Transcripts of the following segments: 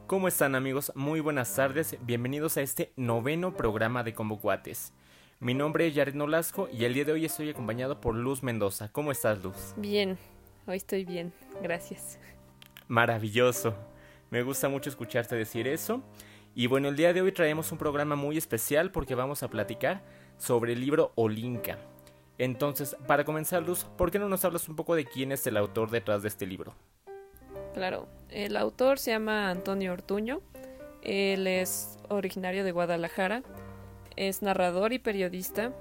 ¿Cómo están, amigos? Muy buenas tardes, bienvenidos a este noveno programa de Combo Cuates. Mi nombre es Yared Nolasco y el día de hoy estoy acompañado por Luz Mendoza. ¿Cómo estás, Luz? Bien, hoy estoy bien, gracias. Maravilloso, me gusta mucho escucharte decir eso. Y bueno, el día de hoy traemos un programa muy especial porque vamos a platicar sobre el libro Olinka. Entonces, para comenzar, Luz, ¿por qué no nos hablas un poco de quién es el autor detrás de este libro? Claro, el autor se llama Antonio Ortuño, él es originario de Guadalajara, es narrador y periodista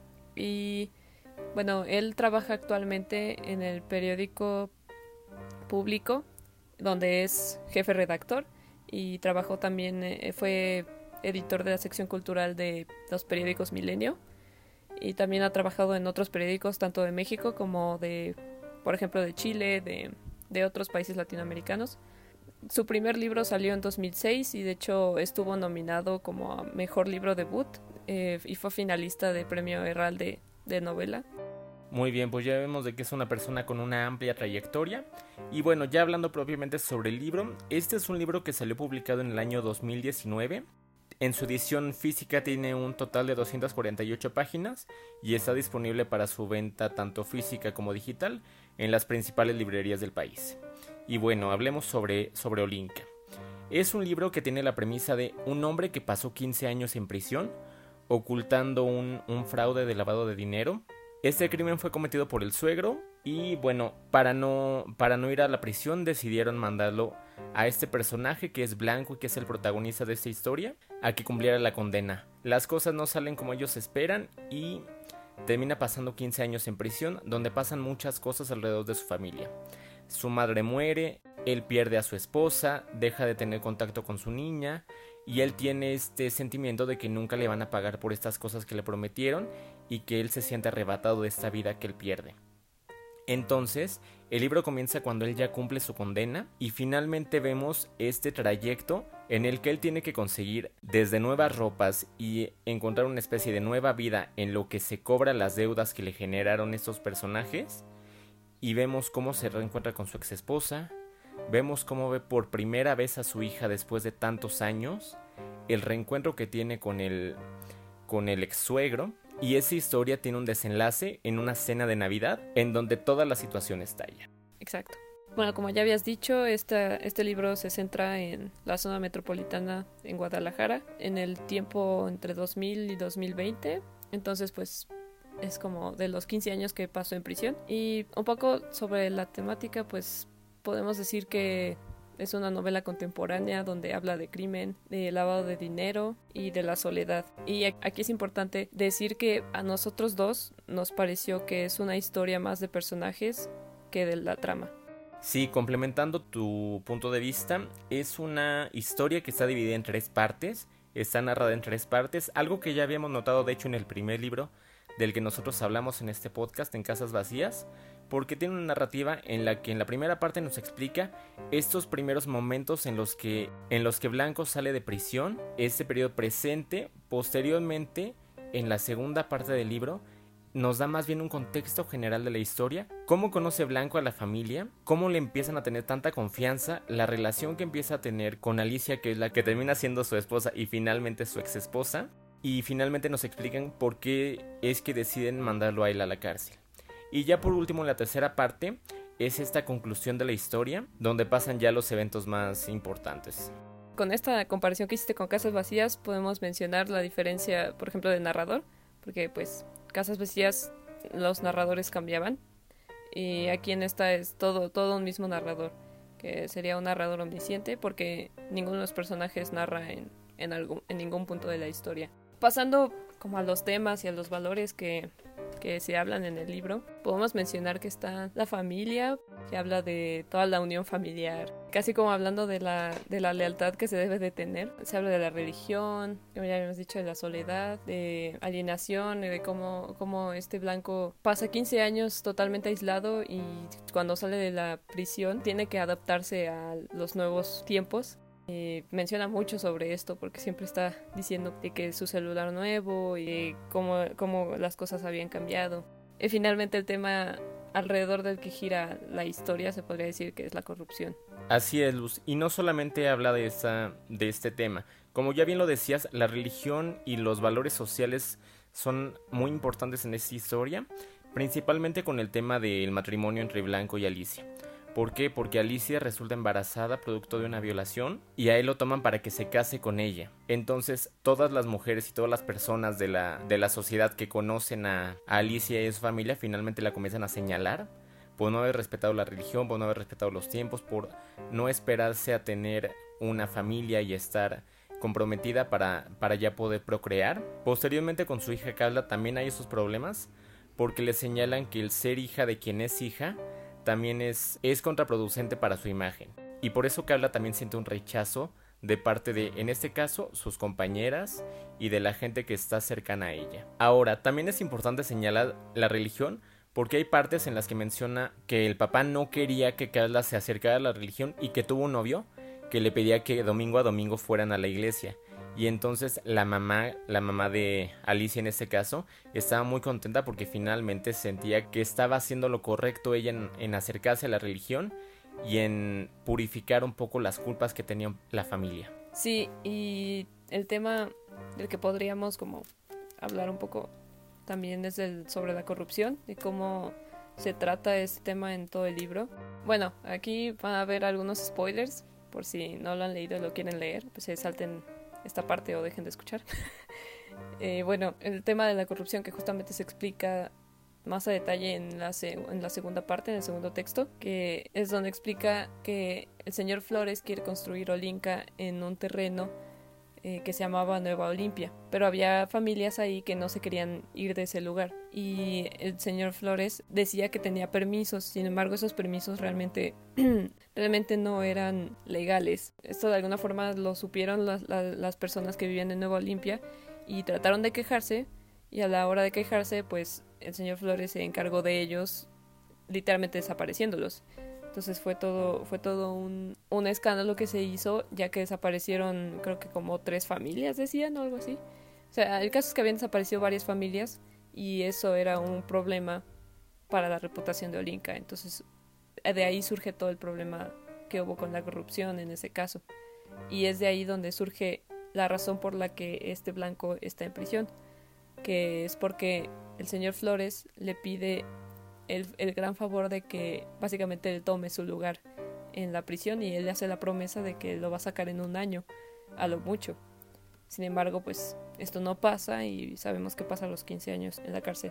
y bueno, él trabaja actualmente en el periódico Público, donde es jefe redactor y trabajó también, fue editor de la sección cultural de los periódicos Milenio y también ha trabajado en otros periódicos tanto de México como de, por ejemplo, de Chile, de otros países latinoamericanos. Su primer libro salió en 2006 y de hecho estuvo nominado como a Mejor Libro Debut y fue finalista del Premio Herral de novela. Muy bien, pues ya vemos de que es una persona con una amplia trayectoria. Y bueno, ya hablando propiamente sobre el libro, este es un libro que salió publicado en el año 2019. En su edición física tiene un total de 248 páginas y está disponible para su venta tanto física como digital en las principales librerías del país. Y bueno, hablemos sobre Olinka. Es un libro que tiene la premisa de un hombre que pasó 15 años en prisión ocultando un fraude de lavado de dinero. Este crimen fue cometido por el suegro y bueno, para no ir a la prisión decidieron mandarlo a este personaje que es Blanco y que es el protagonista de esta historia a que cumpliera la condena. Las cosas no salen como ellos esperan y termina pasando 15 años en prisión donde pasan muchas cosas alrededor de su familia. Su madre muere, él pierde a su esposa, deja de tener contacto con su niña y él tiene este sentimiento de que nunca le van a pagar por estas cosas que le prometieron y que él se siente arrebatado de esta vida que él pierde. Entonces, el libro comienza cuando él ya cumple su condena y finalmente vemos este trayecto en el que él tiene que conseguir desde nuevas ropas y encontrar una especie de nueva vida en lo que se cobra las deudas que le generaron estos personajes. Y vemos cómo se reencuentra con su ex esposa, vemos cómo ve por primera vez a su hija después de tantos años, el reencuentro que tiene con el ex suegro, y esa historia tiene un desenlace en una cena de Navidad en donde toda la situación estalla. Exacto. Bueno, como ya habías dicho, este libro se centra en la zona metropolitana en Guadalajara, en el tiempo entre 2000 y 2020, entonces pues es como de los 15 años que pasó en prisión. Y un poco sobre la temática, pues podemos decir que es una novela contemporánea donde habla de crimen, de lavado de dinero y de la soledad. Y aquí es importante decir que a nosotros dos nos pareció que es una historia más de personajes que de la trama. Sí, complementando tu punto de vista, es una historia que está dividida en tres partes, está narrada en tres partes, algo que ya habíamos notado de hecho en el primer libro del que nosotros hablamos en este podcast, en Casas Vacías, porque tiene una narrativa en la que en la primera parte nos explica estos primeros momentos en los que Blanco sale de prisión, este periodo presente. Posteriormente, en la segunda parte del libro, nos da más bien un contexto general de la historia, cómo conoce Blanco a la familia, cómo le empiezan a tener tanta confianza, la relación que empieza a tener con Alicia, que es la que termina siendo su esposa y finalmente su ex esposa. Y finalmente nos explican por qué es que deciden mandarlo a él a la cárcel. Y ya por último, la tercera parte es esta conclusión de la historia, donde pasan ya los eventos más importantes. Con esta comparación que hiciste con Casas Vacías, podemos mencionar la diferencia, por ejemplo, de narrador, porque pues Casas Vacías los narradores cambiaban y aquí en esta es todo un mismo narrador, que sería un narrador omnisciente porque ninguno de los personajes narra en ningún punto de la historia. Pasando como a los temas y a los valores que se hablan en el libro, podemos mencionar que está la familia, que habla de toda la unión familiar, casi como hablando de la lealtad que se debe de tener. Se habla de la religión, como ya habíamos dicho, de la soledad, de alienación, de cómo este Blanco pasa 15 años totalmente aislado y cuando sale de la prisión tiene que adaptarse a los nuevos tiempos. Menciona mucho sobre esto porque siempre está diciendo de que su celular nuevo y cómo las cosas habían cambiado. Finalmente el tema alrededor del que gira la historia, se podría decir que es la corrupción. Así es, Luz, y no solamente habla de este tema. Como ya bien lo decías, la religión y los valores sociales son muy importantes en esta historia, principalmente con el tema del matrimonio entre Blanco y Alicia. ¿Por qué? Porque Alicia resulta embarazada producto de una violación y a él lo toman para que se case con ella. Entonces todas las mujeres y todas las personas de la sociedad que conocen a Alicia y a su familia finalmente la comienzan a señalar por no haber respetado la religión, por no haber respetado los tiempos, por no esperarse a tener una familia y estar comprometida para ya poder procrear. Posteriormente con su hija Carla también hay esos problemas porque le señalan que el ser hija de quien es hija también es contraproducente para su imagen. Y por eso Carla también siente un rechazo de parte de, en este caso, sus compañeras y de la gente que está cercana a ella. Ahora, también es importante señalar la religión porque hay partes en las que menciona que el papá no quería que Carla se acercara a la religión y que tuvo un novio que le pedía que domingo a domingo fueran a la iglesia. Y entonces la mamá de Alicia en este caso, estaba muy contenta porque finalmente sentía que estaba haciendo lo correcto ella en acercarse a la religión y en purificar un poco las culpas que tenía la familia. Sí, y el tema del que podríamos como hablar un poco también es sobre la corrupción y cómo se trata este tema en todo el libro. Bueno, aquí van a haber algunos spoilers, por si no lo han leído y lo quieren leer, pues se salten esta parte o dejen de escuchar. Bueno, el tema de la corrupción que justamente se explica más a detalle en la segunda parte, en el segundo texto, que es donde explica que el señor Flores quiere construir Olinka en un terreno que se llamaba Nueva Olimpia, pero había familias ahí que no se querían ir de ese lugar y el señor Flores decía que tenía permisos, sin embargo esos permisos realmente no eran legales. Esto de alguna forma lo supieron las personas que vivían en Nueva Olimpia y trataron de quejarse, y a la hora de quejarse pues el señor Flores se encargó de ellos, literalmente desapareciéndolos. Entonces fue todo un escándalo que se hizo, ya que desaparecieron, creo que como 3 familias, decían, o algo así. O sea, el caso es que habían desaparecido varias familias y eso era un problema para la reputación de Olinka. Entonces, de ahí surge todo el problema que hubo con la corrupción en ese caso. Y es de ahí donde surge la razón por la que este Blanco está en prisión, que es porque el señor Flores le pide el gran favor de que básicamente él tome su lugar en la prisión y él le hace la promesa de que lo va a sacar en 1 año, a lo mucho. Sin embargo, pues esto no pasa y sabemos qué pasa a los 15 años en la cárcel.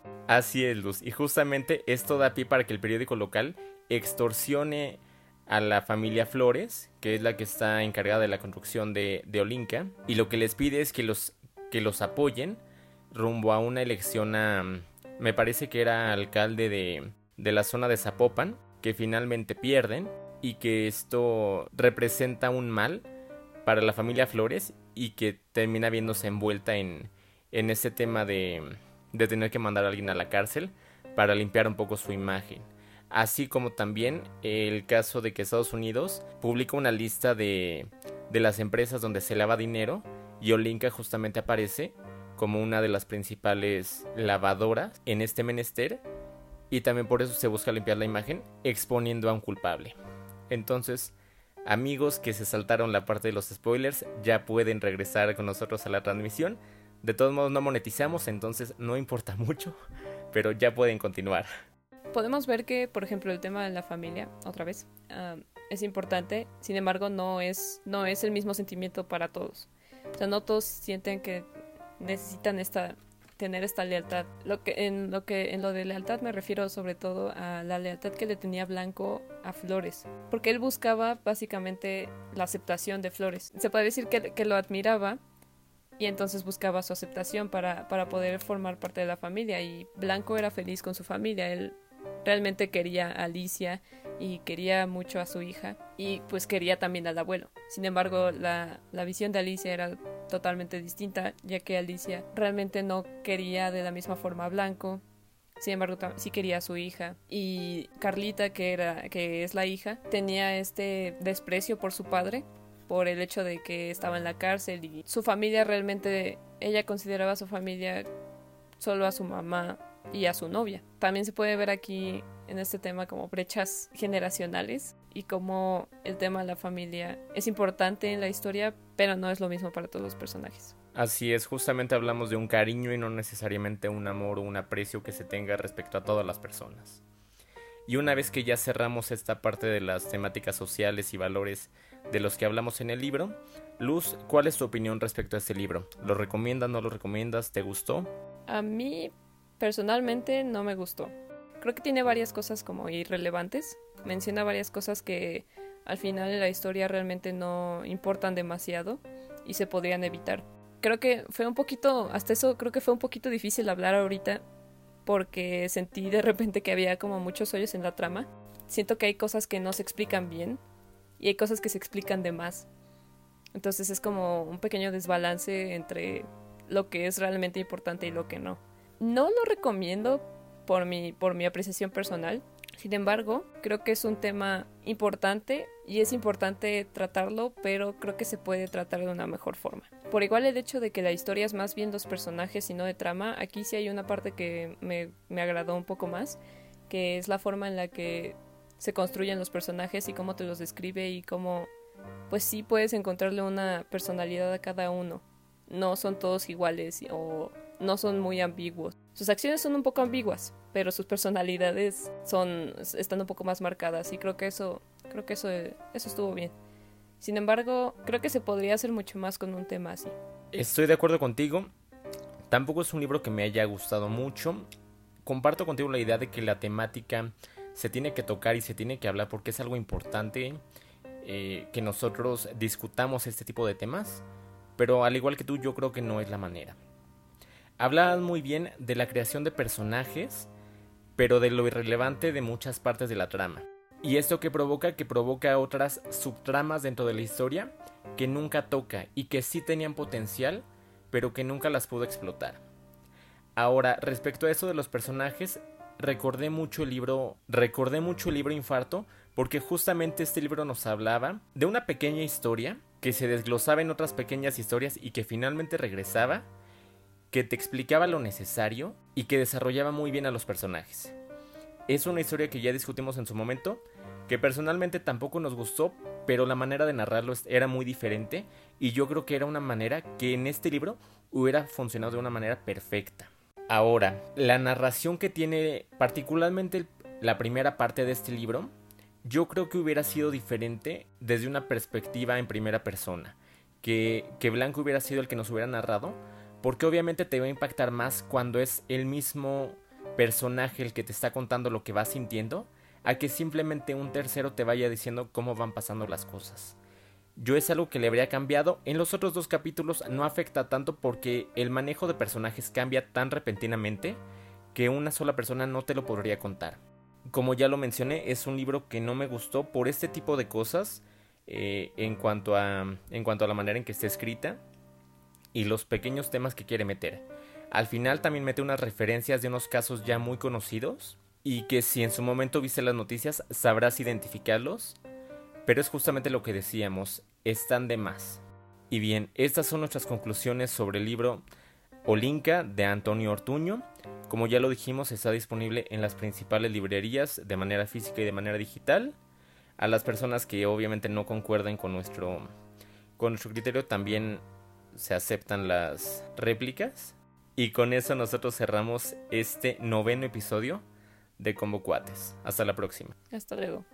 Así es, Luz, y justamente esto da pie para que el periódico local extorsione a la familia Flores, que es la que está encargada de la construcción de Olinka, y lo que les pide es que los apoyen rumbo a una elección me parece que era alcalde de la zona de Zapopan, que finalmente pierden y que esto representa un mal para la familia Flores y que termina viéndose envuelta en ese tema de tener que mandar a alguien a la cárcel para limpiar un poco su imagen. Así como también el caso de que Estados Unidos publica una lista de las empresas donde se lava dinero y Olinka justamente aparece como una de las principales lavadoras en este menester, y también por eso se busca limpiar la imagen exponiendo a un culpable. Entonces, amigos que se saltaron la parte de los spoilers, ya pueden regresar con nosotros a la transmisión. De todos modos no monetizamos, entonces no importa mucho, pero ya pueden continuar. Podemos ver que, por ejemplo, el tema de la familia, otra vez, es importante, sin embargo no es el mismo sentimiento para todos. O sea, no todos sienten que necesitan tener esta lealtad. En lo de lealtad me refiero sobre todo a la lealtad que le tenía Blanco a Flores, porque él buscaba básicamente la aceptación de Flores. Se puede decir que lo admiraba y entonces buscaba su aceptación para poder formar parte de la familia, y Blanco era feliz con su familia. Él realmente quería a Alicia y quería mucho a su hija y pues quería también al abuelo. Sin embargo, la visión de Alicia era totalmente distinta, ya que Alicia realmente no quería de la misma forma a Blanco. Sin embargo, sí quería a su hija, y Carlita, que es la hija, tenía este desprecio por su padre por el hecho de que estaba en la cárcel, y su familia realmente, ella consideraba a su familia solo a su mamá y a su novia. También se puede ver aquí en este tema como brechas generacionales y cómo el tema de la familia es importante en la historia, pero no es lo mismo para todos los personajes. Así es, justamente hablamos de un cariño y no necesariamente un amor o un aprecio que se tenga respecto a todas las personas. Y una vez que ya cerramos esta parte de las temáticas sociales y valores de los que hablamos en el libro, Luz, ¿cuál es tu opinión respecto a este libro? ¿Lo recomiendas, no lo recomiendas? ¿Te gustó? A mí personalmente no me gustó. Creo que tiene varias cosas como irrelevantes. Menciona varias cosas que al final de la historia realmente no importan demasiado y se podrían evitar. Creo que fue un poquito, hasta eso creo que fue un poquito difícil hablar ahorita porque sentí de repente que había como muchos hoyos en la trama. Siento que hay cosas que no se explican bien y hay cosas que se explican de más. Entonces es como un pequeño desbalance entre lo que es realmente importante y lo que no. No lo recomiendo por mi apreciación personal. Sin embargo, creo que es un tema importante y es importante tratarlo, pero creo que se puede tratar de una mejor forma. Por igual el hecho de que la historia es más bien los personajes y no de trama, aquí sí hay una parte que me agradó un poco más, que es la forma en la que se construyen los personajes y cómo te los describe y cómo, pues sí puedes encontrarle una personalidad a cada uno. No son todos iguales o no son muy ambiguos. Sus acciones son un poco ambiguas, pero sus personalidades están un poco más marcadas y creo que eso estuvo bien. Sin embargo, creo que se podría hacer mucho más con un tema así. Estoy de acuerdo contigo. Tampoco es un libro que me haya gustado mucho. Comparto contigo la idea de que la temática se tiene que tocar y se tiene que hablar porque es algo importante que nosotros discutamos este tipo de temas. Pero al igual que tú, yo creo que no es la manera. Hablan muy bien de la creación de personajes, pero de lo irrelevante de muchas partes de la trama. Y esto que provoca otras subtramas dentro de la historia que nunca toca y que sí tenían potencial, pero que nunca las pudo explotar. Ahora, respecto a eso de los personajes, recordé mucho el libro Infarto, porque justamente este libro nos hablaba de una pequeña historia que se desglosaba en otras pequeñas historias y que finalmente regresaba, que te explicaba lo necesario y que desarrollaba muy bien a los personajes. Es una historia que ya discutimos en su momento, que personalmente tampoco nos gustó, pero la manera de narrarlo era muy diferente y yo creo que era una manera que en este libro hubiera funcionado de una manera perfecta. Ahora, la narración que tiene particularmente la primera parte de este libro, yo creo que hubiera sido diferente desde una perspectiva en primera persona, que Blanco hubiera sido el que nos hubiera narrado, porque obviamente te va a impactar más cuando es el mismo personaje el que te está contando lo que vas sintiendo, a que simplemente un tercero te vaya diciendo cómo van pasando las cosas. Yo es algo que le habría cambiado. En los otros 2 capítulos no afecta tanto porque el manejo de personajes cambia tan repentinamente que una sola persona no te lo podría contar. Como ya lo mencioné, es un libro que no me gustó por este tipo de cosas en cuanto a la manera en que está escrita y los pequeños temas que quiere meter. Al final también mete unas referencias de unos casos ya muy conocidos y que si en su momento viste las noticias sabrás identificarlos, pero es justamente lo que decíamos, están de más. Y bien, estas son nuestras conclusiones sobre el libro Olinka de Antonio Ortuño. Como ya lo dijimos, está disponible en las principales librerías de manera física y de manera digital. A las personas que obviamente no concuerden con nuestro criterio también se aceptan las réplicas. Y con eso nosotros cerramos este 9º episodio de Combo Cuates. Hasta la próxima. Hasta luego.